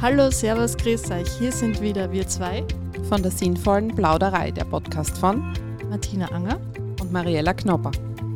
Hallo, servus, grüß euch. Hier sind wieder wir zwei von der sinnvollen Plauderei, der Podcast von Martina Anger und Mariella Knopper.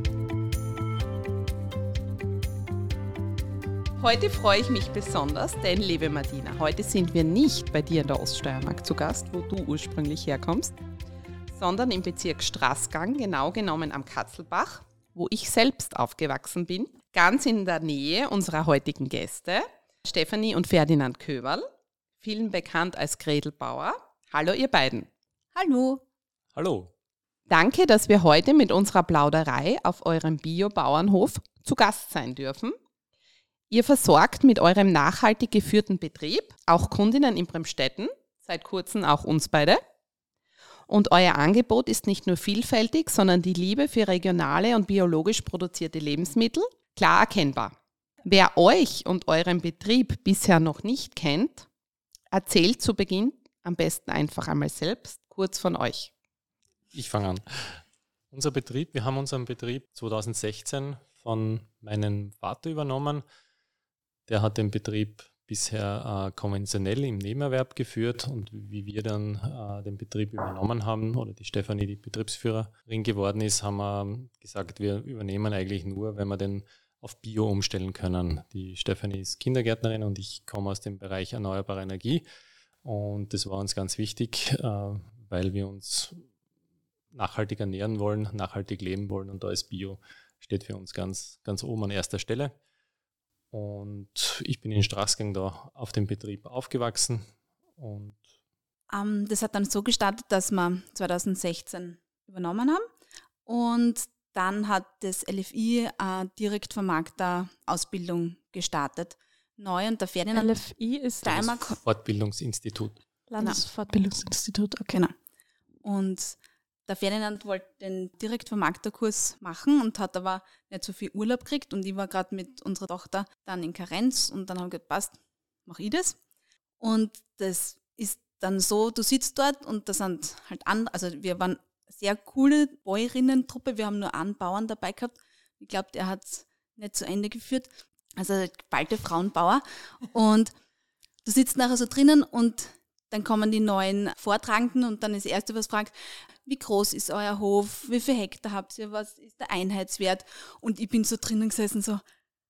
Heute freue ich mich besonders, denn, liebe Martina, heute sind wir nicht bei dir in der Oststeiermark zu Gast, wo du ursprünglich herkommst, sondern im Bezirk Straßgang, genau genommen am Katzelbach, wo ich selbst aufgewachsen bin, ganz in der Nähe unserer heutigen Gäste, Stefanie und Ferdinand Köberl, vielen bekannt als Gretel Bauer. Hallo ihr beiden. Hallo. Hallo. Danke, dass wir heute mit unserer Plauderei auf eurem Bio-Bauernhof zu Gast sein dürfen. Ihr versorgt mit eurem nachhaltig geführten Betrieb auch Kundinnen in Bremstetten, seit kurzem auch uns beide. Und euer Angebot ist nicht nur vielfältig, sondern die Liebe für regionale und biologisch produzierte Lebensmittel klar erkennbar. Wer euch und euren Betrieb bisher noch nicht kennt, erzählt zu Beginn am besten einfach einmal selbst kurz von euch. Ich fange an. Wir haben unseren Betrieb 2016 von meinem Vater übernommen. Der hat den Betrieb bisher konventionell im Nebenerwerb geführt und wie wir dann den Betrieb übernommen haben oder die Stefanie die Betriebsführerin geworden ist, haben wir gesagt, wir übernehmen eigentlich nur, wenn wir den auf Bio umstellen können. Die Stefanie ist Kindergärtnerin und ich komme aus dem Bereich erneuerbare Energie und das war uns ganz wichtig, weil wir uns nachhaltig ernähren wollen, nachhaltig leben wollen und da ist Bio, steht für uns ganz, ganz oben an erster Stelle. Und ich bin in Straßgang da auf dem Betrieb aufgewachsen. Und das hat dann so gestartet, dass wir 2016 übernommen haben und dann hat das LFI Direktvermarkter-Ausbildung gestartet. Neu und der Ferdinand LFI ist das Fortbildungsinstitut. Landesfortbildungsinstitut, okay. Genau. Und der Ferdinand wollte den Direktvermarkterkurs machen und hat aber nicht so viel Urlaub gekriegt und ich war gerade mit unserer Tochter dann in Karenz und dann haben wir gesagt, passt, mach ich das. Und das ist dann so, du sitzt dort und da sind halt andere, also wir waren sehr coole Bäuerinnen-Truppe. Wir haben nur einen Bauern dabei gehabt. Ich glaube, der hat es nicht zu Ende geführt. Also geballte Frauenbauer. Und du sitzt nachher so drinnen und dann kommen die neuen Vortragenden und dann ist das Erste, was fragt, wie groß ist euer Hof? Wie viel Hektar habt ihr? Was ist der Einheitswert? Und ich bin so drinnen gesessen, so,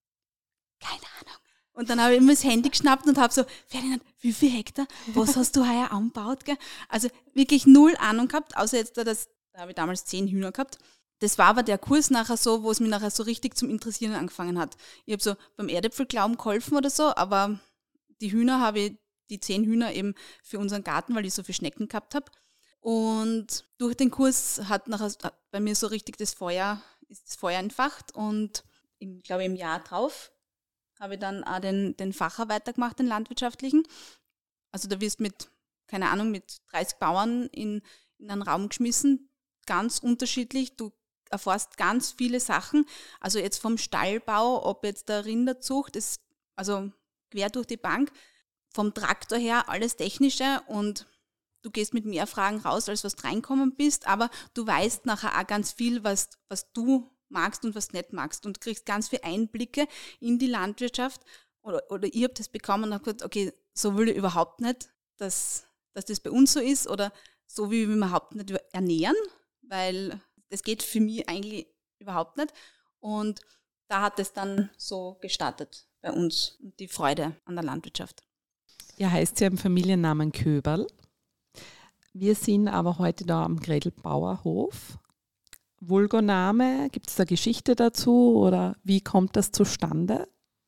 keine Ahnung. Und dann habe ich immer das Handy geschnappt und habe so, Ferdinand, wie viel Hektar? Was hast du heuer angebaut? Gell? Also wirklich null Ahnung gehabt, außer jetzt, da habe ich damals 10 Hühner gehabt. Das war aber der Kurs nachher so, wo es mich nachher so richtig zum Interessieren angefangen hat. Ich habe so beim Erdäpfelglauben geholfen oder so, aber die Hühner habe ich, die 10 Hühner eben für unseren Garten, weil ich so viele Schnecken gehabt habe. Und durch den Kurs hat nachher bei mir so richtig das Feuer entfacht und ich glaube im Jahr drauf habe ich dann auch den Facher weitergemacht, den landwirtschaftlichen. Also da wirst mit 30 Bauern in einen Raum geschmissen, ganz unterschiedlich. Du erfährst ganz viele Sachen. Also jetzt vom Stallbau, ob jetzt der Rinderzucht, also quer durch die Bank, vom Traktor her alles Technische und du gehst mit mehr Fragen raus, als was du reinkommen bist, aber du weißt nachher auch ganz viel, was du magst und was nicht magst und kriegst ganz viele Einblicke in die Landwirtschaft oder ich habe das bekommen und habe gesagt, okay, so will ich überhaupt nicht, dass das bei uns so ist oder so wie wir überhaupt nicht ernähren, weil das geht für mich eigentlich überhaupt nicht und da hat es dann so gestartet bei uns und die Freude an der Landwirtschaft. Ihr heißt ja im Familiennamen Köberl. Wir sind aber heute da am Gretel Bauerhof. Vulgoname, gibt es da Geschichte dazu oder wie kommt das zustande?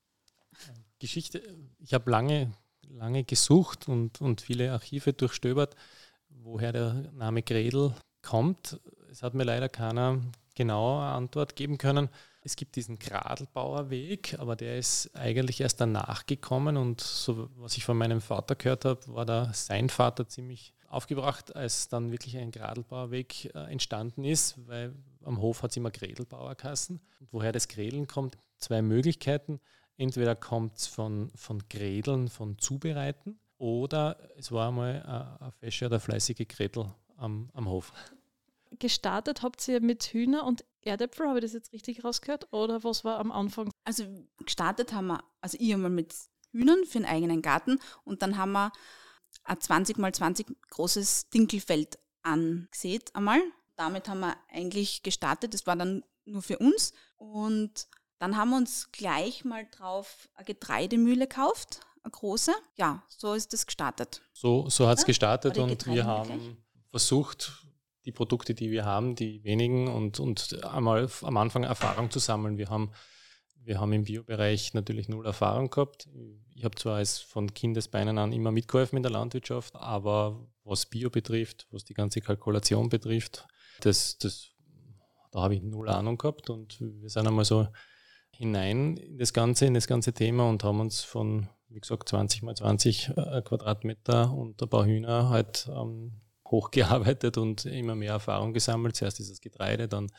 Geschichte, ich habe lange gesucht und viele Archive durchstöbert, woher der Name Gretel kommt. Es hat mir leider keiner genaue Antwort geben können. Es gibt diesen Gradlbauerweg, aber der ist eigentlich erst danach gekommen und so, was ich von meinem Vater gehört habe, war da sein Vater ziemlich aufgebracht, als dann wirklich ein Gradlbauerweg entstanden ist, weil am Hof hat es immer Gretelbauer geheißen. Und woher das Greteln kommt, 2 Möglichkeiten. Entweder kommt es von Greteln, von Zubereiten, oder es war einmal eine fesche oder fleißige Gretel am Hof. Gestartet habt ihr mit Hühner und Erdäpfel, habe ich das jetzt richtig rausgehört? Oder was war am Anfang? Also gestartet haben wir, also ich einmal mit Hühnern für den eigenen Garten und dann haben wir ein 20x20 großes Dinkelfeld angesät einmal. Damit haben wir eigentlich gestartet, das war dann nur für uns und dann haben wir uns gleich mal drauf eine Getreidemühle gekauft, eine große. Ja, so ist das gestartet. So hat es gestartet War die und wir Getreidemühle haben versucht, die Produkte, die wir haben, die wenigen und einmal am Anfang Erfahrung zu sammeln. Wir haben im Biobereich natürlich null Erfahrung gehabt. Ich habe zwar von Kindesbeinen an immer mitgeholfen in der Landwirtschaft, aber was Bio betrifft, was die ganze Kalkulation betrifft, da habe ich null Ahnung gehabt und wir sind einmal so hinein in das ganze Thema und haben uns von, wie gesagt, 20x20 Quadratmeter und ein paar Hühner halt hochgearbeitet und immer mehr Erfahrung gesammelt. Zuerst ist das Getreide, dann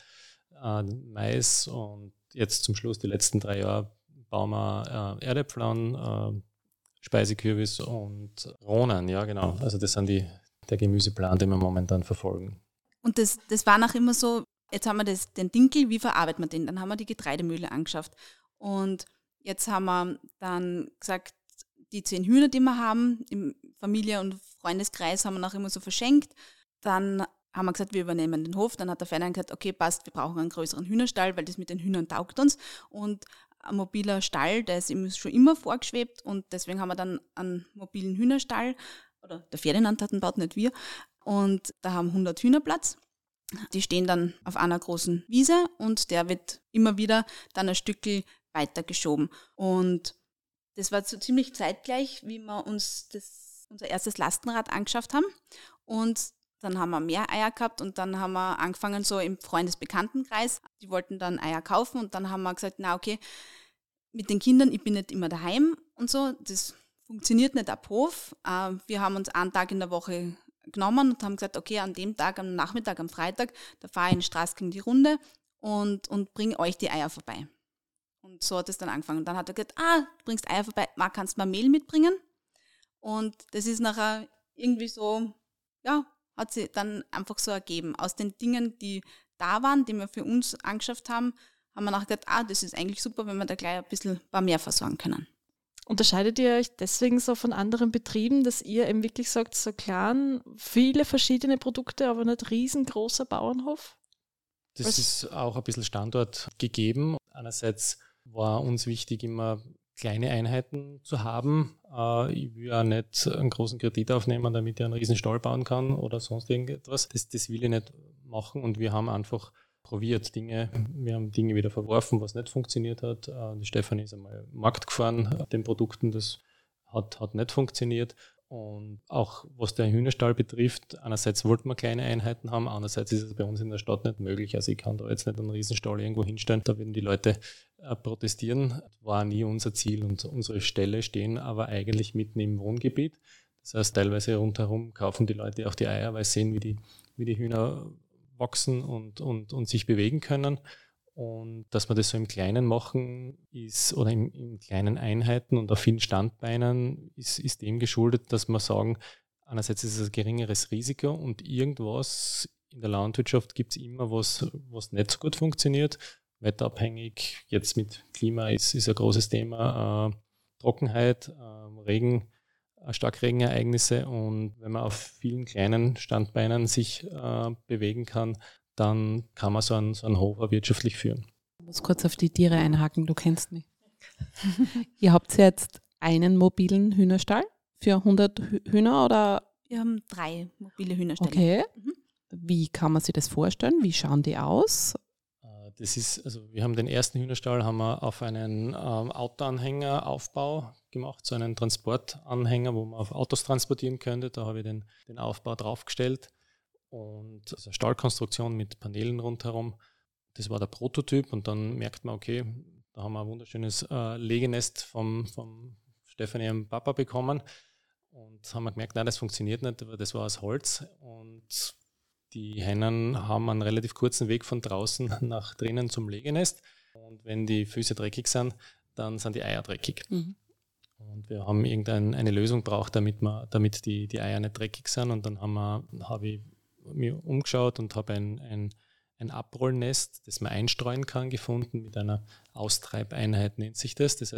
Mais und jetzt zum Schluss, die letzten 3 Jahre, bauen wir Erdäpfel, Speisekürbis und Rohnen, ja genau. Also das sind der Gemüseplan, den wir momentan verfolgen. Und das war noch immer so, jetzt haben wir den Dinkel, wie verarbeiten wir den? Dann haben wir die Getreidemühle angeschafft. Und jetzt haben wir dann gesagt, die 10 Hühner, die wir haben, im Familie- und Freundeskreis, haben wir noch immer so verschenkt. Dann haben wir gesagt, wir übernehmen den Hof. Dann hat der Ferdinand gesagt, okay, passt, wir brauchen einen größeren Hühnerstall, weil das mit den Hühnern taugt uns. Und ein mobiler Stall, der ist ihm schon immer vorgeschwebt. Und deswegen haben wir dann einen mobilen Hühnerstall, oder der Ferdinand hat ihn gebaut, nicht wir. Und da haben 100 Hühner Platz. Die stehen dann auf einer großen Wiese und der wird immer wieder dann ein Stückchen weitergeschoben. Und das war so ziemlich zeitgleich, wie wir uns unser erstes Lastenrad angeschafft haben. Und dann haben wir mehr Eier gehabt und dann haben wir angefangen so im Freundesbekanntenkreis. Die wollten dann Eier kaufen und dann haben wir gesagt, na okay, mit den Kindern, ich bin nicht immer daheim und so, das funktioniert nicht ab Hof. Wir haben uns einen Tag in der Woche genommen und haben gesagt, okay, an dem Tag, am Nachmittag, am Freitag, da fahre ich in Straßking die Runde und bringe euch die Eier vorbei. Und so hat es dann angefangen. Und dann hat er gesagt, du bringst Eier vorbei, kannst du mal Mehl mitbringen? Und das ist nachher irgendwie so, ja, hat sich dann einfach so ergeben. Aus den Dingen, die da waren, die wir für uns angeschafft haben, haben wir nachher gedacht, das ist eigentlich super, wenn wir da gleich ein paar mehr versorgen können. Unterscheidet ihr euch deswegen so von anderen Betrieben, dass ihr eben wirklich sagt, so klein, viele verschiedene Produkte, aber nicht riesengroßer Bauernhof? Das ist auch ein bisschen Standort gegeben. Einerseits war uns wichtig, immer kleine Einheiten zu haben. Ich will ja nicht einen großen Kredit aufnehmen, damit ich einen riesen Stall bauen kann oder sonst irgendetwas. Das will ich nicht machen und wir haben einfach probiert wir haben Dinge wieder verworfen, was nicht funktioniert hat. Die Stefanie ist einmal im Markt gefahren, den Produkten, das hat nicht funktioniert. Und auch was den Hühnerstall betrifft, einerseits wollten wir kleine Einheiten haben, andererseits ist es bei uns in der Stadt nicht möglich. Also ich kann da jetzt nicht einen Riesenstall irgendwo hinstellen, da würden die Leute protestieren. Das war nie unser Ziel und unsere Ställe stehen aber eigentlich mitten im Wohngebiet. Das heißt, teilweise rundherum kaufen die Leute auch die Eier, weil sie sehen, wie die Hühner wachsen und sich bewegen können. Und dass wir das so im Kleinen machen oder in kleinen Einheiten und auf vielen Standbeinen ist dem geschuldet, dass wir sagen, einerseits ist es ein geringeres Risiko und irgendwas in der Landwirtschaft gibt es immer, was nicht so gut funktioniert. Wetterabhängig, jetzt mit Klima ist ein großes Thema, Trockenheit, Regen, Starkregenereignisse und wenn man auf vielen kleinen Standbeinen sich bewegen kann, dann kann man so einen Hof auch wirtschaftlich führen. Ich muss kurz auf die Tiere einhaken, du kennst mich. Ihr habt jetzt einen mobilen Hühnerstall für 100 Hühner oder? Wir haben 3 mobile Hühnerställe. Okay. Wie kann man sich das vorstellen? Wie schauen die aus? Wir haben den ersten Hühnerstall haben wir auf einen Autoanhängeraufbau gemacht, so einen Transportanhänger, wo man auf Autos transportieren könnte. Da habe ich den Aufbau draufgestellt und also eine Stallkonstruktion mit Paneelen rundherum. Das war der Prototyp und dann merkt man, okay, da haben wir ein wunderschönes Legenest vom Stefanie und Papa bekommen und haben wir gemerkt, nein, das funktioniert nicht, aber das war aus Holz und die Hennen haben einen relativ kurzen Weg von draußen nach drinnen zum Legenest. Und wenn die Füße dreckig sind, dann sind die Eier dreckig. Mhm. Und wir haben irgendeine Lösung gebraucht, damit die Eier nicht dreckig sind. Und dann habe ich mir umgeschaut und habe ein Abrollnest, das man einstreuen kann, gefunden mit einer Austreibeinheit, nennt sich das. Das heißt,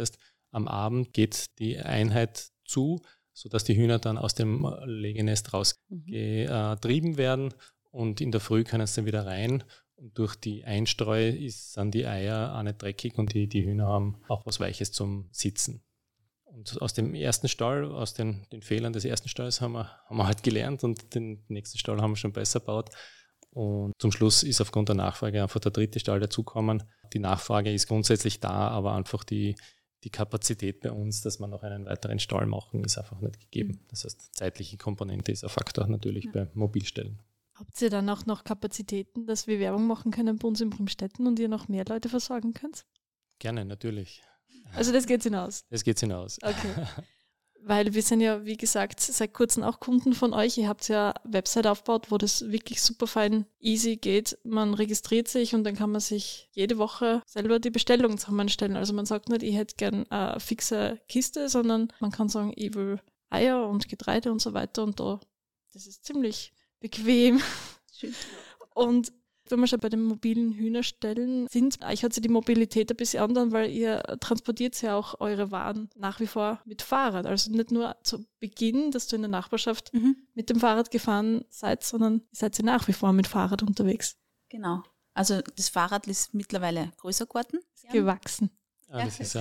am Abend geht die Einheit zu, sodass die Hühner dann aus dem Legenest rausgetrieben werden und in der Früh können sie dann wieder rein. Und durch die Einstreu sind die Eier auch nicht dreckig und die Hühner haben auch was Weiches zum Sitzen. Und aus dem ersten Stall, aus den Fehlern des ersten Stalls haben wir halt gelernt und den nächsten Stall haben wir schon besser gebaut. Und zum Schluss ist aufgrund der Nachfrage einfach der dritte Stall dazugekommen. Die Nachfrage ist grundsätzlich da, aber einfach die Kapazität bei uns, dass wir noch einen weiteren Stall machen, ist einfach nicht gegeben. Das heißt, zeitliche Komponente ist ein Faktor natürlich bei Mobilstellen. Habt ihr dann auch noch Kapazitäten, dass wir Werbung machen können bei uns in Bremstetten und ihr noch mehr Leute versorgen könnt? Gerne, natürlich. Also das geht hinaus? Das geht hinaus. Okay. Weil wir sind ja, wie gesagt, seit kurzem auch Kunden von euch. Ihr habt ja eine Website aufgebaut, wo das wirklich super fein easy geht. Man registriert sich und dann kann man sich jede Woche selber die Bestellung zusammenstellen. Also man sagt nicht, ich hätte gern eine fixe Kiste, sondern man kann sagen, ich will Eier und Getreide und so weiter. Und das ist ziemlich bequem. Schön. Und wenn wir schon bei den mobilen Hühnerstellen sind, euch hat sich die Mobilität ein bisschen anderen, weil ihr transportiert ja auch eure Waren nach wie vor mit Fahrrad. Also nicht nur zu Beginn, dass du in der Nachbarschaft mit dem Fahrrad gefahren seid, sondern ihr seid nach wie vor mit Fahrrad unterwegs. Genau. Also das Fahrrad ist mittlerweile größer geworden. Gewachsen. Ja, das ist ja.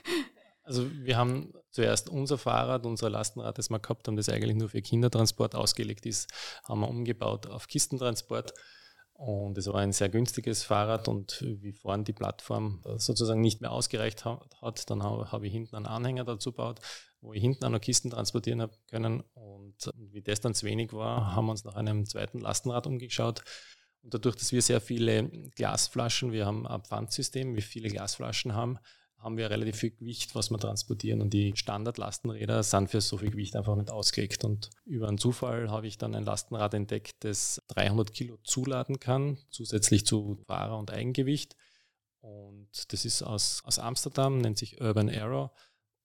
Also wir haben zuerst unser Fahrrad, unser Lastenrad, das wir gehabt haben, das eigentlich nur für Kindertransport ausgelegt ist, haben wir umgebaut auf Kistentransport. Und es war ein sehr günstiges Fahrrad und wie vorhin die Plattform sozusagen nicht mehr ausgereicht hat, dann habe ich hinten einen Anhänger dazu gebaut, wo ich hinten auch noch Kisten transportieren habe können. Und wie das dann zu wenig war, haben wir uns nach einem zweiten Lastenrad umgeschaut. Und dadurch, dass wir sehr viele Glasflaschen, wir haben ein Pfandsystem, wie viele Glasflaschen haben wir relativ viel Gewicht, was wir transportieren. Und die Standardlastenräder sind für so viel Gewicht einfach nicht ausgelegt. Und über einen Zufall habe ich dann ein Lastenrad entdeckt, das 300 Kilo zuladen kann, zusätzlich zu Fahrer- und Eigengewicht. Und das ist aus Amsterdam, nennt sich Urban Arrow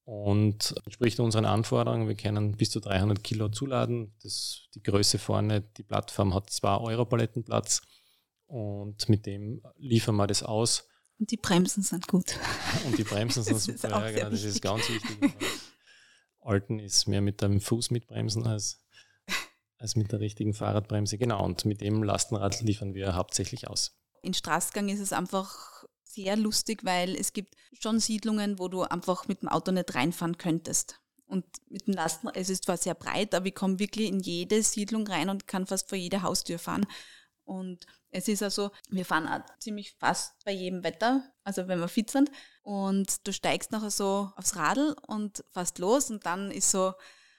und entspricht unseren Anforderungen. Wir können bis zu 300 Kilo zuladen. Die Größe vorne, die Plattform hat 2 Euro-Palettenplatz und mit dem liefern wir das aus. Und die Bremsen sind gut. Und die Bremsen sind super, ja, genau, das ist ganz wichtig. Alten ist mehr mit dem Fuß mitbremsen als mit der richtigen Fahrradbremse. Genau, und mit dem Lastenrad liefern wir hauptsächlich aus. In Straßgang ist es einfach sehr lustig, weil es gibt schon Siedlungen, wo du einfach mit dem Auto nicht reinfahren könntest. Und mit dem Lastenrad, es ist zwar sehr breit, aber ich komme wirklich in jede Siedlung rein und kann fast vor jede Haustür fahren. Und es ist also, wir fahren auch ziemlich fast bei jedem Wetter, also wenn wir fit sind. Und du steigst nachher so aufs Radl und fährst los und dann ist so,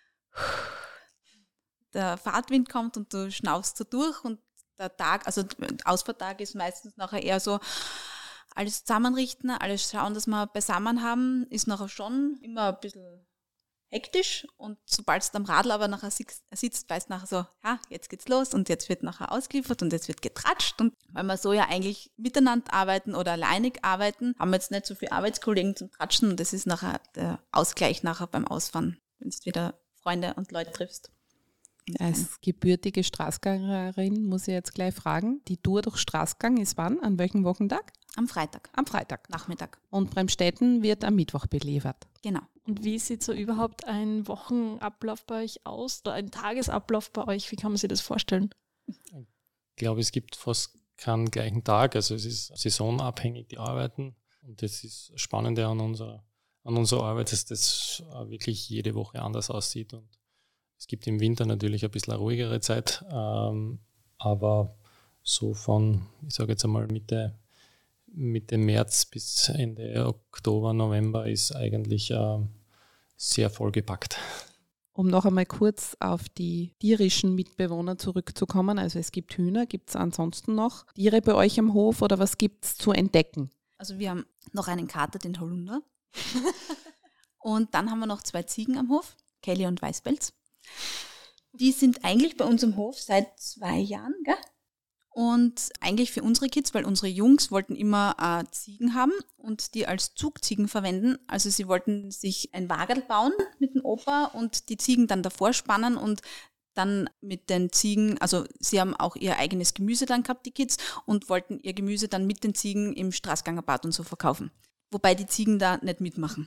der Fahrtwind kommt und du schnaufst so durch und der Tag, also der Ausfahrtag ist meistens nachher eher so, alles zusammenrichten, alles schauen, dass wir beisammen haben, ist nachher schon immer ein bisschen hektisch und sobald du am Radl aber nachher sitzt, weißt du nachher so, ja, jetzt geht's los und jetzt wird nachher ausgeliefert und jetzt wird getratscht und weil wir so ja eigentlich miteinander arbeiten oder alleinig arbeiten, haben wir jetzt nicht so viele Arbeitskollegen zum Tratschen und das ist nachher der Ausgleich nachher beim Ausfahren, wenn du wieder Freunde und Leute triffst. Als gebürtige Straßgangerin muss ich jetzt gleich fragen, die Tour durch Straßgang ist wann? An welchem Wochentag? Am Freitag. Am Freitag. Nachmittag. Und Bremstetten wird am Mittwoch beliefert. Genau. Und wie sieht so überhaupt ein Wochenablauf bei euch aus oder ein Tagesablauf bei euch? Wie kann man sich das vorstellen? Ich glaube, es gibt fast keinen gleichen Tag. Also es ist saisonabhängig, die Arbeiten. Und das ist das Spannende an unserer Arbeit, dass das wirklich jede Woche anders aussieht. Und es gibt im Winter natürlich ein bisschen eine ruhigere Zeit, aber so von, ich sage jetzt einmal Mitte März bis Ende Oktober, November ist eigentlich sehr vollgepackt. Um noch einmal kurz auf die tierischen Mitbewohner zurückzukommen, also es gibt Hühner, gibt es ansonsten noch Tiere bei euch am Hof oder was gibt es zu entdecken? Also wir haben noch einen Kater, den Holunder. Und dann haben wir noch 2 Ziegen am Hof, Kelly und Weißpelz. Die sind eigentlich bei uns am Hof seit 2 Jahren, gell? Und eigentlich für unsere Kids, weil unsere Jungs wollten immer Ziegen haben und die als Zugziegen verwenden. Also sie wollten sich ein Wagerl bauen mit dem Opa und die Ziegen dann davor spannen und dann mit den Ziegen, also sie haben auch ihr eigenes Gemüse dann gehabt, die Kids, und wollten ihr Gemüse dann mit den Ziegen im Straßgangerbad und so verkaufen. Wobei die Ziegen da nicht mitmachen.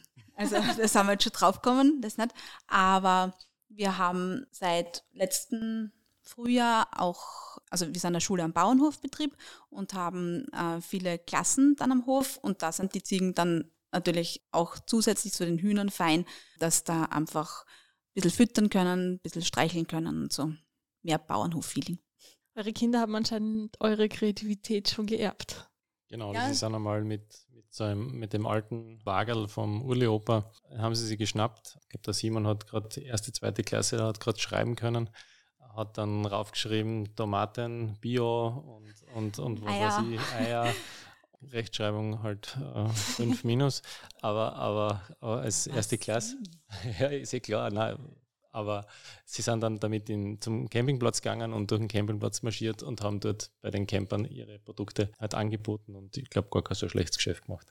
Also da sind wir jetzt schon draufgekommen, das nicht. Aber wir haben seit letzten Frühjahr auch, also wir sind eine Schule am Bauernhofbetrieb und haben viele Klassen dann am Hof und da sind die Ziegen dann natürlich auch zusätzlich zu den Hühnern fein, dass da einfach ein bisschen füttern können, ein bisschen streicheln können und so. Mehr Bauernhof-Feeling. Eure Kinder haben anscheinend eure Kreativität schon geerbt. Genau, Ja. sie sind einmal mit dem alten Wagerl vom Urli-Opa, haben sie geschnappt. Ich glaube, der Simon hat gerade erste, zweite Klasse, der hat gerade schreiben können, hat dann raufgeschrieben, Tomaten, Bio und was weiß ich, Eier. Rechtschreibung halt 5 minus, aber als erste Klasse, ja, ist ja klar, nein, aber sie sind dann damit zum Campingplatz gegangen und durch den Campingplatz marschiert und haben dort bei den Campern ihre Produkte halt angeboten und ich glaube, gar kein so schlechtes Geschäft gemacht.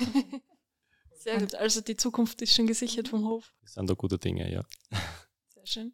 Sehr gut, also die Zukunft ist schon gesichert vom Hof. Das sind da gute Dinge, ja. Sehr schön.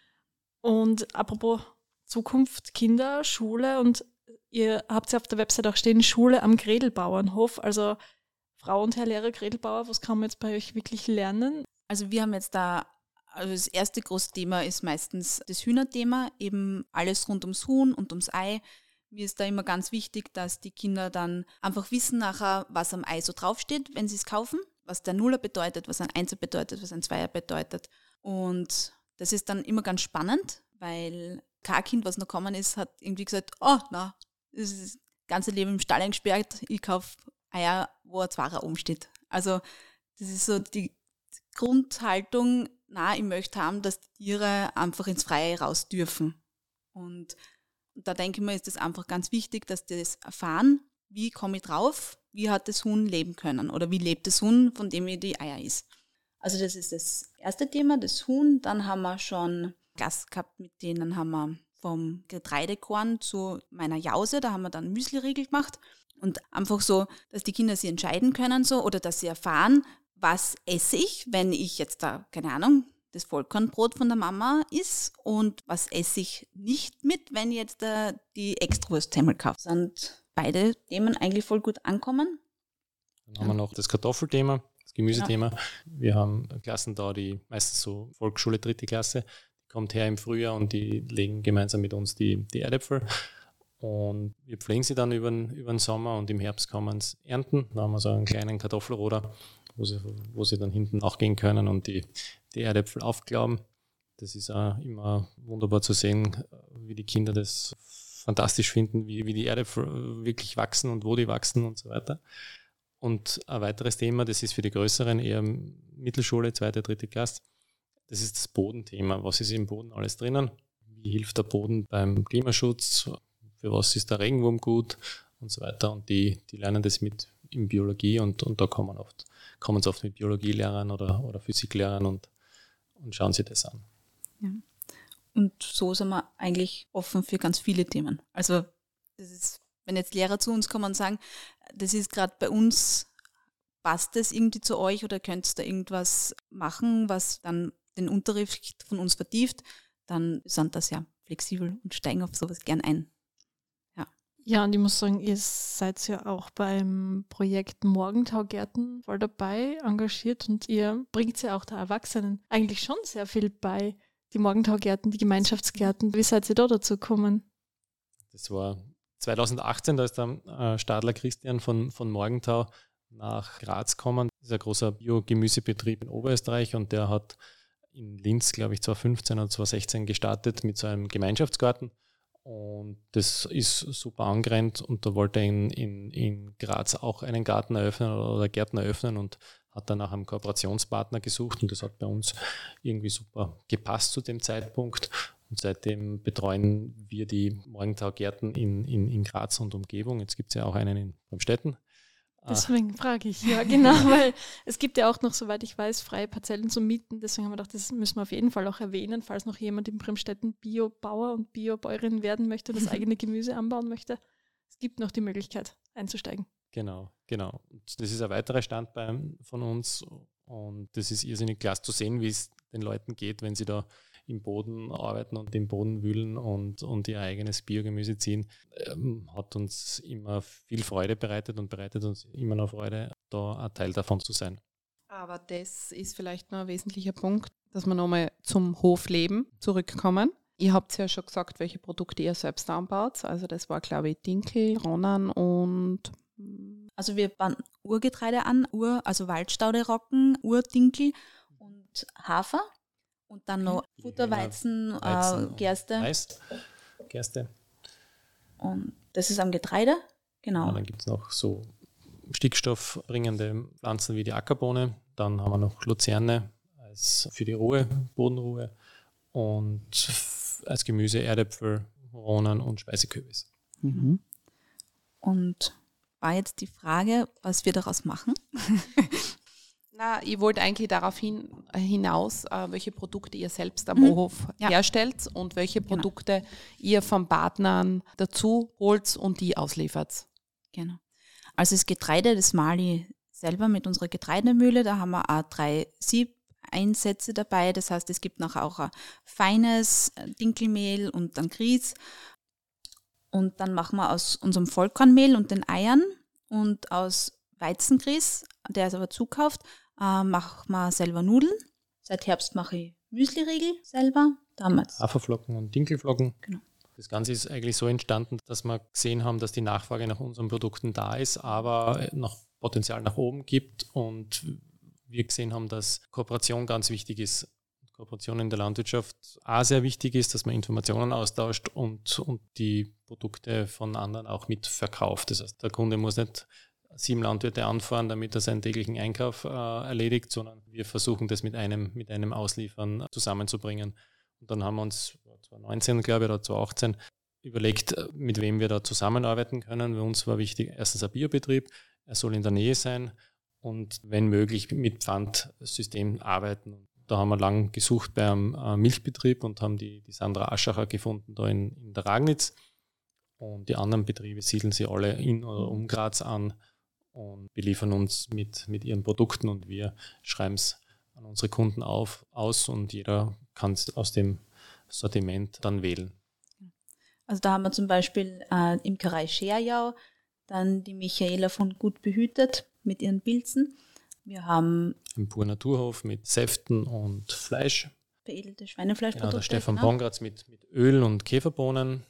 Und apropos Zukunft, Kinder, Schule und ihr habt ja auf der Website auch stehen, Schule am Gredelbauernhof, also Frau und Herr Lehrer Gredelbauer, was kann man jetzt bei euch wirklich lernen? Also wir haben jetzt da, also das erste große Thema ist meistens das Hühnerthema, eben alles rund ums Huhn und ums Ei. Mir ist da immer ganz wichtig, dass die Kinder dann einfach wissen nachher, was am Ei so draufsteht, wenn sie es kaufen, was der Nuller bedeutet, was ein Einser bedeutet, was ein Zweier bedeutet. Und das ist dann immer ganz spannend, weil kein Kind, was noch gekommen ist, hat irgendwie gesagt, oh, na, das ist das ganze Leben im Stall eingesperrt, ich kaufe Eier, wo ein Zwarer oben steht. Also das ist so die Grundhaltung, na, ich möchte haben, dass die Tiere einfach ins Freie raus dürfen. Und da denke ich mir, ist es einfach ganz wichtig, dass die das erfahren, wie komme ich drauf, wie hat das Huhn leben können oder wie lebt das Huhn, von dem ich die Eier isst. Also das ist das erste Thema, das Huhn. Dann haben wir schon Klasse gehabt, mit denen haben wir vom Getreidekorn zu meiner Jause, da haben wir dann Müsliriegel gemacht und einfach so, dass die Kinder sich entscheiden können so oder dass sie erfahren, was esse ich, wenn ich jetzt da, keine Ahnung, das Vollkornbrot von der Mama ist und was esse ich nicht mit, wenn ich jetzt die Extrawursthemmel kaufe. Sind beide Themen eigentlich voll gut ankommen. Dann haben wir noch das Kartoffelthema, das Gemüsethema. Ja. Wir haben Klassen da, die meistens so Volksschule 3. Klasse, kommt her im Frühjahr und die legen gemeinsam mit uns die Erdäpfel. Und wir pflegen sie dann über den Sommer und im Herbst kann man es ernten. Da haben wir so einen kleinen Kartoffelroder, wo sie dann hinten nachgehen können und die Erdäpfel aufklauben. Das ist auch immer wunderbar zu sehen, wie die Kinder das fantastisch finden, wie die Erdäpfel wirklich wachsen und wo die wachsen und so weiter. Und ein weiteres Thema, das ist für die Größeren eher Mittelschule, 2., 3. Klasse, das ist das Bodenthema. Was ist im Boden alles drinnen? Wie hilft der Boden beim Klimaschutz? Für was ist der Regenwurm gut? Und so weiter. Und die lernen das mit in Biologie und da kommen sie oft mit Biologielehrern oder Physiklehrern und schauen sich das an. Ja. Und so sind wir eigentlich offen für ganz viele Themen. Also das ist, wenn jetzt Lehrer zu uns kommen und sagen, das ist gerade bei uns, passt das irgendwie zu euch oder könnt ihr da irgendwas machen, was dann den Unterricht von uns vertieft, dann sind das ja flexibel und steigen auf sowas gern ein. Ja, und ich muss sagen, ihr seid ja auch beim Projekt Morgentaugärten voll dabei, engagiert und ihr bringt ja auch der Erwachsenen eigentlich schon sehr viel bei. Die Morgentaugärten, die Gemeinschaftsgärten. Wie seid ihr da dazu gekommen? Das war 2018, da ist der Stadler Christian von Morgentau nach Graz gekommen. Das ist ein großer Biogemüsebetrieb in Oberösterreich und der hat in Linz, glaube ich, 2015 oder 2016 gestartet mit so einem Gemeinschaftsgarten. Und das ist super angerannt und da wollte er in Graz auch einen Garten eröffnen oder Gärten eröffnen und hat dann nach einem Kooperationspartner gesucht und das hat bei uns irgendwie super gepasst zu dem Zeitpunkt. Und seitdem betreuen wir die Morgentaugärten in Graz und Umgebung. Jetzt gibt es ja auch einen in Bremstetten. Deswegen frage ich, ja genau, weil es gibt ja auch noch, soweit ich weiß, freie Parzellen zum Mieten. Deswegen haben wir gedacht, das müssen wir auf jeden Fall auch erwähnen, falls noch jemand in Bremstetten Biobauer und Biobäuerin werden möchte und das eigene Gemüse anbauen möchte. Es gibt noch die Möglichkeit einzusteigen. Genau. Und das ist ein weiterer Standbein von uns und das ist irrsinnig klasse zu sehen, wie es den Leuten geht, wenn sie da im Boden arbeiten und im Boden wühlen und ihr eigenes Biogemüse ziehen. Hat uns immer viel Freude bereitet und bereitet uns immer noch Freude, da ein Teil davon zu sein. Aber das ist vielleicht noch ein wesentlicher Punkt, dass wir nochmal zum Hofleben zurückkommen. Ihr habt ja schon gesagt, welche Produkte ihr selbst anbaut. Also das war, glaube ich, Dinkel, Ronan und... Also wir bauen Urgetreide an, also Waldstaude-Roggen, Urdinkel und Hafer. Und dann noch Futter, Weizen, Gerste. Gerste. Und das ist am Getreide, genau. Ja, dann gibt es noch so stickstoffbringende Pflanzen wie die Ackerbohne. Dann haben wir noch Luzerne für die Ruhe, Bodenruhe. Und als Gemüse Erdäpfel, Ronan und Speisekürbis. Mhm. Und war jetzt die Frage, was wir daraus machen? Na, ich wollte eigentlich darauf hinaus, welche Produkte ihr selbst am Bauhof herstellt und welche Produkte ihr von Partnern dazu holt und die ausliefert. Genau. Also das Getreide, das male ich selber mit unserer Getreidemühle. Da haben wir auch 3 Siebeinsätze dabei. Das heißt, es gibt nachher auch ein feines Dinkelmehl und dann Grieß. Und dann machen wir aus unserem Vollkornmehl und den Eiern und aus Weizengrieß, der ist aber zukauft, machen wir selber Nudeln. Seit Herbst mache ich Müsliriegel selber. Damals. Haferflocken und Dinkelflocken. Genau. Das Ganze ist eigentlich so entstanden, dass wir gesehen haben, dass die Nachfrage nach unseren Produkten da ist, aber noch Potenzial nach oben gibt und wir gesehen haben, dass Kooperation ganz wichtig ist. Kooperation in der Landwirtschaft auch sehr wichtig ist, dass man Informationen austauscht und die Produkte von anderen auch mitverkauft. Das heißt, der Kunde muss nicht 7 Landwirte anfahren, damit er seinen täglichen Einkauf erledigt, sondern wir versuchen das mit einem Ausliefern zusammenzubringen. Und dann haben wir uns 2019, glaube ich, oder 2018 überlegt, mit wem wir da zusammenarbeiten können. Für uns war wichtig, erstens ein Biobetrieb, er soll in der Nähe sein und wenn möglich mit Pfandsystem arbeiten. Da haben wir lang gesucht bei einem Milchbetrieb und haben die Sandra Aschacher gefunden, da in der Ragnitz. Und die anderen Betriebe siedeln sie alle in oder um Graz an und beliefern uns mit ihren Produkten und wir schreiben es an unsere Kunden aus und jeder kann es aus dem Sortiment dann wählen. Also da haben wir zum Beispiel Imkerei Scherjau, dann die Michaela von Gut Behütet mit ihren Pilzen. Wir haben einen Pur Naturhof mit Säften und Fleisch. Veredelte Schweinefleischprodukte. Genau, der Stefan Bongratz mit Öl und Käferbohnen.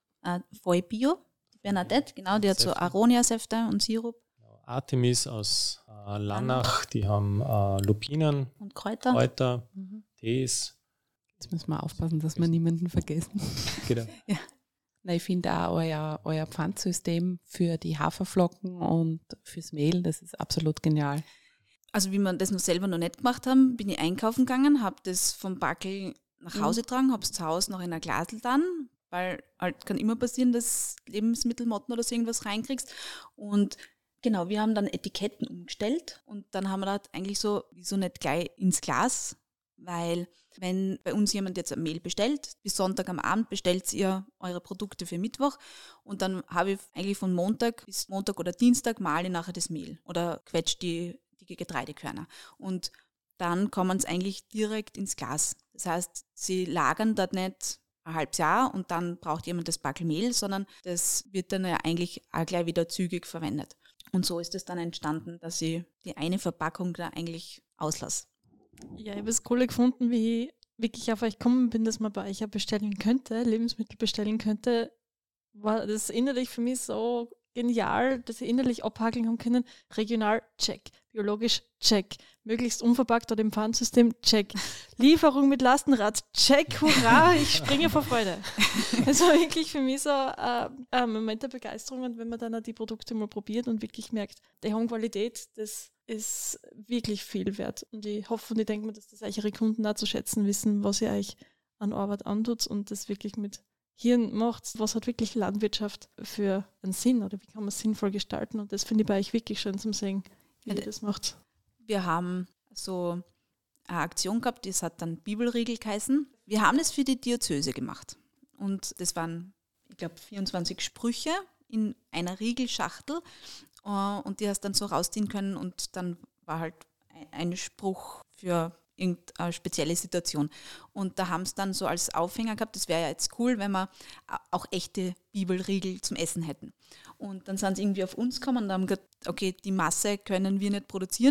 Voll Bio, die Bernadette, genau, die hat so Aronia-Säfte und Sirup. Artemis aus Lannach, die haben Lupinen und Kräuter. Tees. Jetzt müssen wir aufpassen, dass wir niemanden vergessen. Genau. Ja. Na, ich finde auch euer Pfandsystem für die Haferflocken und fürs Mehl, das ist absolut genial. Also wie wir das noch selber noch nicht gemacht haben, bin ich einkaufen gegangen, habe das vom Backel nach Hause getragen, habe es zu Hause noch in ein Glasl dann, weil halt kann immer passieren, dass Lebensmittelmotten oder so irgendwas reinkriegst. Und genau, wir haben dann Etiketten umgestellt und dann haben wir das eigentlich so, wieso nicht gleich ins Glas, weil wenn bei uns jemand jetzt ein Mehl bestellt, bis Sonntag am Abend bestellt ihr eure Produkte für Mittwoch und dann habe ich eigentlich von Montag bis Montag oder Dienstag male ich nachher das Mehl oder quetsche die Getreidekörner und dann kommen es eigentlich direkt ins Glas. Das heißt, sie lagern dort nicht ein halbes Jahr und dann braucht jemand das Backel Mehl, sondern das wird dann ja eigentlich auch gleich wieder zügig verwendet. Und so ist es dann entstanden, dass ich die eine Verpackung da eigentlich auslasse. Ja, ich habe es cool gefunden, wie ich wirklich auf euch gekommen bin, dass man bei euch ja bestellen könnte, Lebensmittel bestellen könnte. War das innerlich für mich so genial, dass ich innerlich abhakeln haben können. Regional, check. Biologisch, check. Möglichst unverpackt oder im Pfandsystem, check. Lieferung mit Lastenrad, check. Hurra, ich springe vor Freude. Es war wirklich für mich so ein Moment der Begeisterung und wenn man dann auch die Produkte mal probiert und wirklich merkt, die hohe Qualität, das ist wirklich viel wert. Und ich hoffe und ich denke mir, dass das eure Kunden auch zu schätzen wissen, was ihr euch an Arbeit antut und das wirklich mit Hirn macht, was hat wirklich Landwirtschaft für einen Sinn oder wie kann man es sinnvoll gestalten und das finde ich bei euch wirklich schön zum Sehen, wie ihr das macht. Wir haben so eine Aktion gehabt, das hat dann Bibelriegel geheißen. Wir haben das für die Diözese gemacht und das waren, ich glaube, 24 Sprüche in einer Riegelschachtel und die hast dann so rausziehen können und dann war halt ein Spruch für irgendeine spezielle Situation. Und da haben es dann so als Aufhänger gehabt, das wäre ja jetzt cool, wenn wir auch echte Bibelriegel zum Essen hätten. Und dann sind sie irgendwie auf uns gekommen und haben gesagt, okay, die Masse können wir nicht produzieren,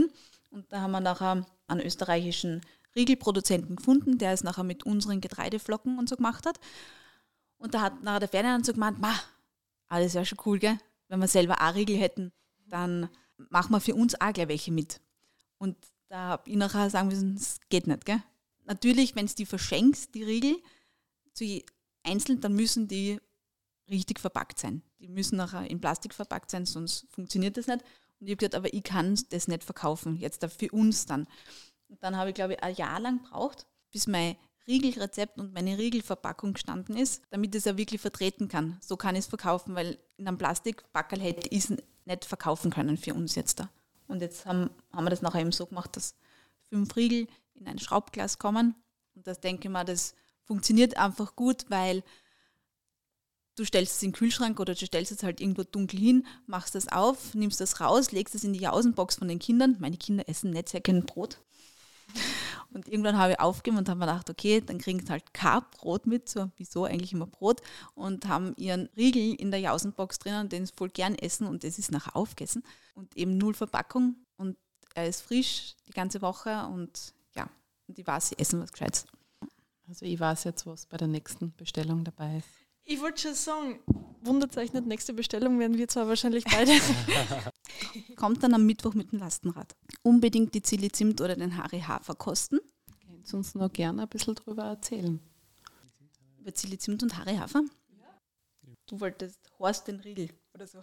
Und da haben wir nachher einen österreichischen Riegelproduzenten gefunden, der es nachher mit unseren Getreideflocken und so gemacht hat. Und da hat nachher der Ferdinand so gemeint, alles wäre schon cool, gell? Wenn wir selber auch Riegel hätten, dann machen wir für uns auch gleich welche mit. Und da habe ich nachher sagen müssen, das geht nicht, gell? Natürlich, wenn du die verschenkst, die Riegel, einzeln, dann müssen die richtig verpackt sein. Die müssen nachher in Plastik verpackt sein, sonst funktioniert das nicht. Und ich habe gesagt, aber ich kann das nicht verkaufen, jetzt für uns dann. Und dann habe ich, glaube ich, ein Jahr lang gebraucht, bis mein Riegelrezept und meine Riegelverpackung gestanden ist, damit ich es ja wirklich vertreten kann. So kann ich es verkaufen, weil in einem Plastikpackerl hätte ich es nicht verkaufen können für uns jetzt da. Und jetzt haben wir das nachher eben so gemacht, dass 5 Riegel in ein Schraubglas kommen. Und das denke ich mal, das funktioniert einfach gut, weil du stellst es in den Kühlschrank oder du stellst es halt irgendwo dunkel hin, machst das auf, nimmst das raus, legst es in die Jausenbox von den Kindern. Meine Kinder essen nicht sehr gerne Brot. Und irgendwann habe ich aufgegeben und habe mir gedacht, okay, dann kriegen sie halt kein Brot mit, so wieso eigentlich immer Brot, und haben ihren Riegel in der Jausenbox drinnen, den sie voll gern essen, und das ist nachher aufgegessen. Und eben 0 Verpackung und er ist frisch die ganze Woche und ja, und ich weiß, sie essen was Gescheites. Also ich weiß jetzt, was bei der nächsten Bestellung dabei ist. Ich wollte schon sagen, wundert euch nicht, nächste Bestellung werden wir zwar wahrscheinlich beide. Kommt dann am Mittwoch mit dem Lastenrad. Unbedingt die Chili Zimt oder den Hari Hafer kosten. Könnt ihr uns noch gerne ein bisschen drüber erzählen? Über Chili Zimt und Hari Hafer? Ja. Du wolltest Horst den Riegel oder so.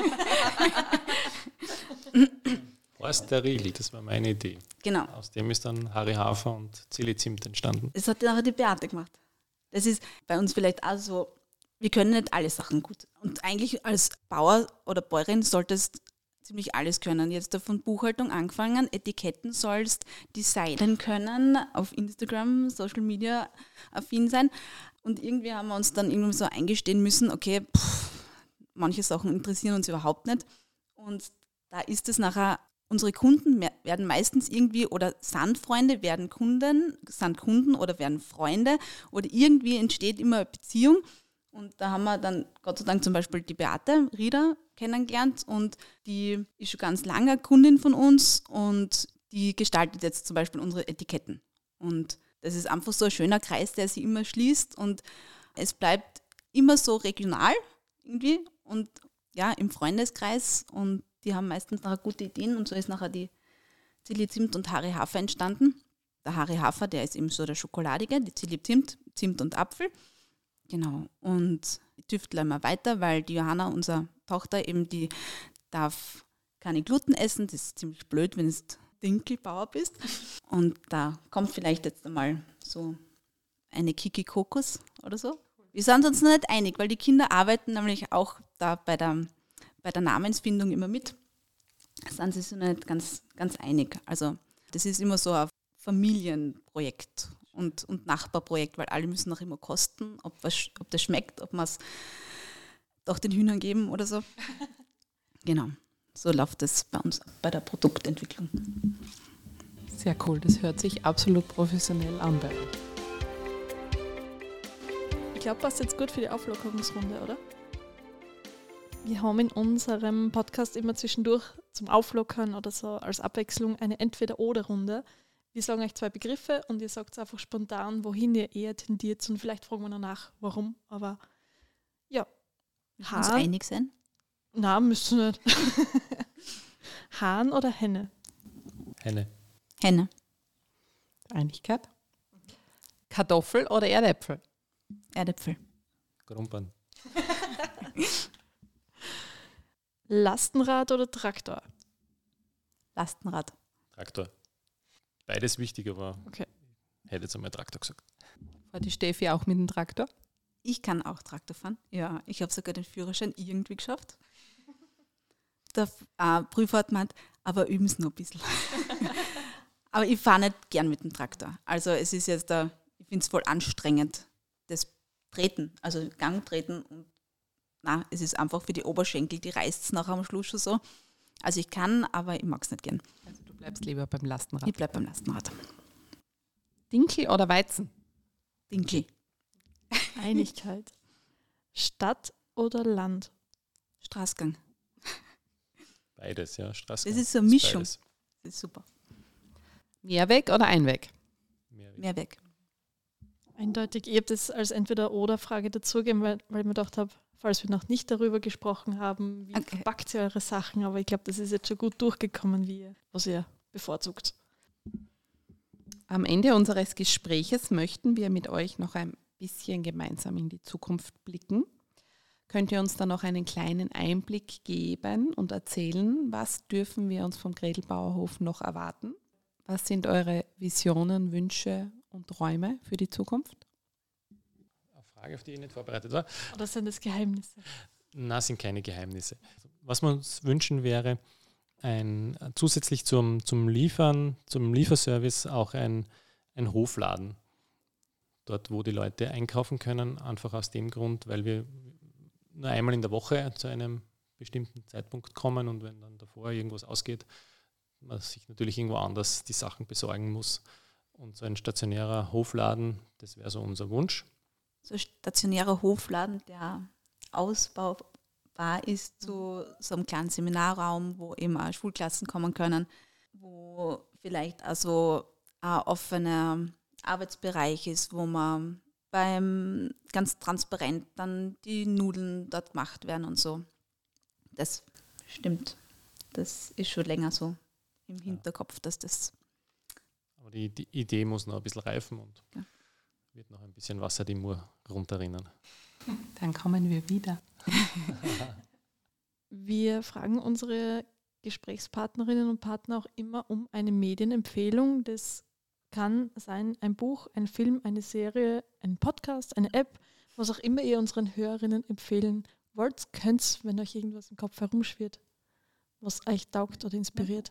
Horst der Riegel, das war meine Idee. Genau. Aus dem ist dann Hari Hafer und Chili Zimt entstanden. Das hat nachher die Beate gemacht. Das ist bei uns vielleicht auch so, wir können nicht alle Sachen gut. Und eigentlich als Bauer oder Bäuerin solltest ziemlich alles können. Jetzt von Buchhaltung angefangen, Etiketten sollst designen können, auf Instagram, Social Media affin sein. Und irgendwie haben wir uns dann irgendwie so eingestehen müssen, okay, manche Sachen interessieren uns überhaupt nicht. Und da ist es nachher, unsere Kunden werden meistens irgendwie, oder sind Freunde, werden Kunden, sind Kunden oder werden Freunde, oder irgendwie entsteht immer eine Beziehung. Und da haben wir dann Gott sei Dank zum Beispiel die Beate Rieder kennengelernt, und die ist schon ganz lange Kundin von uns und die gestaltet jetzt zum Beispiel unsere Etiketten. Und das ist einfach so ein schöner Kreis, der sich immer schließt, und es bleibt immer so regional irgendwie und ja, im Freundeskreis, und die haben meistens nachher gute Ideen, und so ist nachher die Chili Zimt und Hari Hafer entstanden. Der Hari Hafer, der ist eben so der schokoladige, die Chili Zimt und Apfel. Genau, und ich tüftle immer weiter, weil die Johanna, unsere Tochter, eben die darf keine Gluten essen. Das ist ziemlich blöd, wenn du Dinkelbauer bist. Und da kommt vielleicht jetzt einmal so eine Kiki Kokos oder so. Wir sind uns noch nicht einig, weil die Kinder arbeiten nämlich auch da bei der Namensfindung immer mit. Da sind sie sich noch nicht ganz einig. Also das ist immer so ein Familienprojekt und Nachbarprojekt, weil alle müssen auch immer kosten, ob das schmeckt, ob wir es doch den Hühnern geben oder so. Genau, so läuft es bei uns bei der Produktentwicklung. Sehr cool, das hört sich absolut professionell an bei euch. Ich glaube, passt jetzt gut für die Auflockerungsrunde, oder? Wir haben in unserem Podcast immer zwischendurch zum Auflockern oder so als Abwechslung eine Entweder-Oder-Runde. Wir sagen euch 2 Begriffe und ihr sagt einfach spontan, wohin ihr eher tendiert, und vielleicht fragen wir noch nach, warum, aber ja. Müssen wir uns einig sein? Nein, müssen wir nicht. Hahn oder Henne? Henne. Henne. Einigkeit. Kartoffel oder Erdäpfel? Erdäpfel. Grumpern. Lastenrad oder Traktor? Lastenrad. Traktor. Beides wichtig, aber Okay. ich hätte jetzt einmal Traktor gesagt. War die Steffi auch mit dem Traktor? Ich kann auch Traktor fahren. Ja, ich habe sogar den Führerschein irgendwie geschafft. Der Prüfer hat gemeint, aber üben es noch ein bisschen. Aber ich fahre nicht gern mit dem Traktor. Also es ist jetzt ich finde es voll anstrengend, das Treten, also Gangtreten. Und es ist einfach für die Oberschenkel, die reißt es nachher am Schluss schon so. Also ich kann, aber ich mag es nicht gern. Also du bleibst lieber beim Lastenrad. Ich bleibe beim Lastenrad. Dinkel oder Weizen? Dinkel. Einigkeit. Stadt oder Land? Straßgang. Beides, ja. Straße. Das ist so eine Mischung. Beides. Das ist super. Mehrweg oder Einweg? Mehrweg. Eindeutig. Ich habe das als Entweder-oder-Frage dazugegeben, weil ich mir gedacht habe, falls wir noch nicht darüber gesprochen haben, wie verpackt ihr eure Sachen, aber ich glaube, das ist jetzt schon gut durchgekommen, was ihr bevorzugt. Am Ende unseres Gespräches möchten wir mit euch noch ein bisschen gemeinsam in die Zukunft blicken. Könnt ihr uns da noch einen kleinen Einblick geben und erzählen, was dürfen wir uns vom Gredelbauerhof noch erwarten? Was sind eure Visionen, Wünsche und Träume für die Zukunft? Eine Frage, auf die ich nicht vorbereitet war. Oder sind das Geheimnisse? Nein, sind keine Geheimnisse. Was wir uns wünschen wäre, zusätzlich zum Liefern, zum Lieferservice auch ein Hofladen. Dort, wo die Leute einkaufen können, einfach aus dem Grund, weil wir nur einmal in der Woche zu einem bestimmten Zeitpunkt kommen und wenn dann davor irgendwas ausgeht, man sich natürlich irgendwo anders die Sachen besorgen muss. Und so ein stationärer Hofladen, das wäre so unser Wunsch. So ein stationärer Hofladen, der ausbaubar ist zu so einem kleinen Seminarraum, wo eben auch Schulklassen kommen können, wo vielleicht also ein offener Arbeitsbereich ist, wo man ganz transparent dann die Nudeln dort gemacht werden und so. Das stimmt. Das ist schon länger so im Hinterkopf, dass das... Aber die Idee muss noch ein bisschen reifen und wird noch ein bisschen Wasser die Mur runterrinnen. Dann kommen wir wieder. Wir fragen unsere Gesprächspartnerinnen und Partner auch immer um eine Medienempfehlung. Das kann sein ein Buch, ein Film, eine Serie, ein Podcast, eine App, was auch immer ihr unseren Hörerinnen empfehlen wollt, könnt, wenn euch irgendwas im Kopf herumschwirrt, was euch taugt oder inspiriert.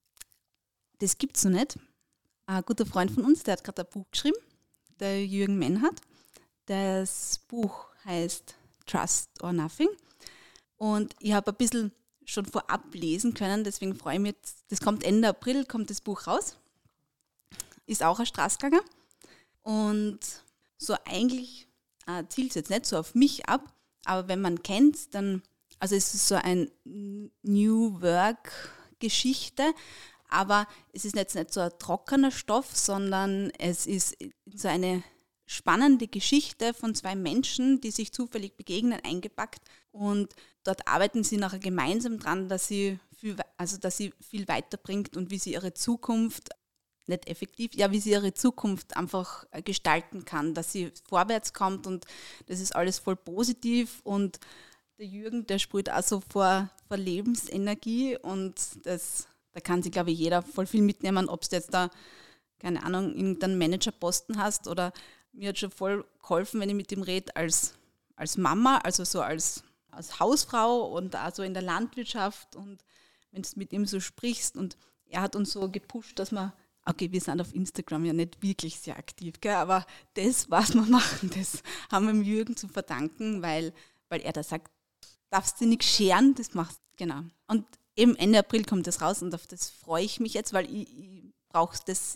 Das gibt es noch nicht. Ein guter Freund von uns, der hat gerade ein Buch geschrieben, der Jürgen Menhardt. Das Buch heißt Trust or Nothing. Und ich habe ein bisschen schon vorab lesen können, deswegen freue ich mich jetzt, das kommt Ende April, kommt das Buch raus. Ist auch ein Straßganger. Und so eigentlich zielt es jetzt nicht so auf mich ab, aber wenn man kennt, dann, also es ist so ein New Work-Geschichte, aber es ist jetzt nicht so ein trockener Stoff, sondern es ist so eine spannende Geschichte von zwei Menschen, die sich zufällig begegnen, eingepackt. Und dort arbeiten sie nachher gemeinsam dran, dass sie viel weiterbringt und wie sie ihre Zukunft, nicht effektiv, wie sie ihre Zukunft einfach gestalten kann, dass sie vorwärts kommt und das ist alles voll positiv und der Jürgen, der sprüht auch so vor Lebensenergie und da kann sich, glaube ich, jeder voll viel mitnehmen, ob du jetzt da, keine Ahnung, irgendeinen Managerposten hast oder mir hat schon voll geholfen, wenn ich mit ihm rede, als Mama, also so als Hausfrau und auch so in der Landwirtschaft und wenn du mit ihm so sprichst und er hat uns so gepusht, dass wir, okay, wir sind auf Instagram ja nicht wirklich sehr aktiv, gell, aber das, was wir machen, das haben wir dem Jürgen zu verdanken, weil er da sagt, darfst du nicht scheren, das machst du, genau. Und eben Ende April kommt das raus und auf das freue ich mich jetzt, weil ich brauche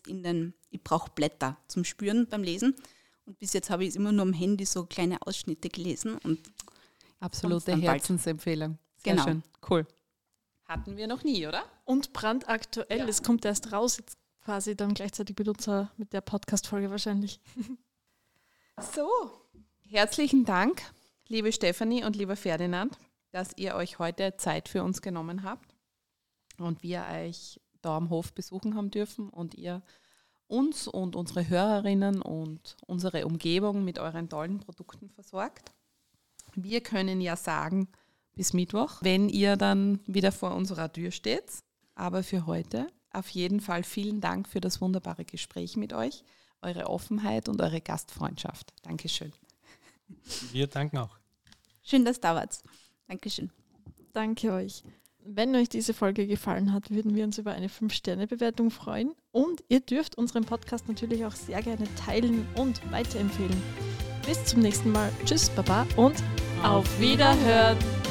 Blätter zum Spüren beim Lesen. Und bis jetzt habe ich es immer nur am Handy so kleine Ausschnitte gelesen. Und absolute Herzensempfehlung. Sehr schön. Cool. Hatten wir noch nie, oder? Und brandaktuell, es kommt erst raus, jetzt quasi dann gleichzeitig mit der Podcast-Folge wahrscheinlich. So, herzlichen Dank, liebe Stefanie und lieber Ferdinand, dass ihr euch heute Zeit für uns genommen habt und wir euch da am Hof besuchen haben dürfen und ihr uns und unsere Hörerinnen und unsere Umgebung mit euren tollen Produkten versorgt. Wir können ja sagen, bis Mittwoch, wenn ihr dann wieder vor unserer Tür steht. Aber für heute auf jeden Fall vielen Dank für das wunderbare Gespräch mit euch, eure Offenheit und eure Gastfreundschaft. Dankeschön. Wir danken auch. Schön, dass du da wart. Dankeschön. Danke euch. Wenn euch diese Folge gefallen hat, würden wir uns über eine 5-Sterne-Bewertung freuen. Und ihr dürft unseren Podcast natürlich auch sehr gerne teilen und weiterempfehlen. Bis zum nächsten Mal. Tschüss, Baba und auf Wiederhören.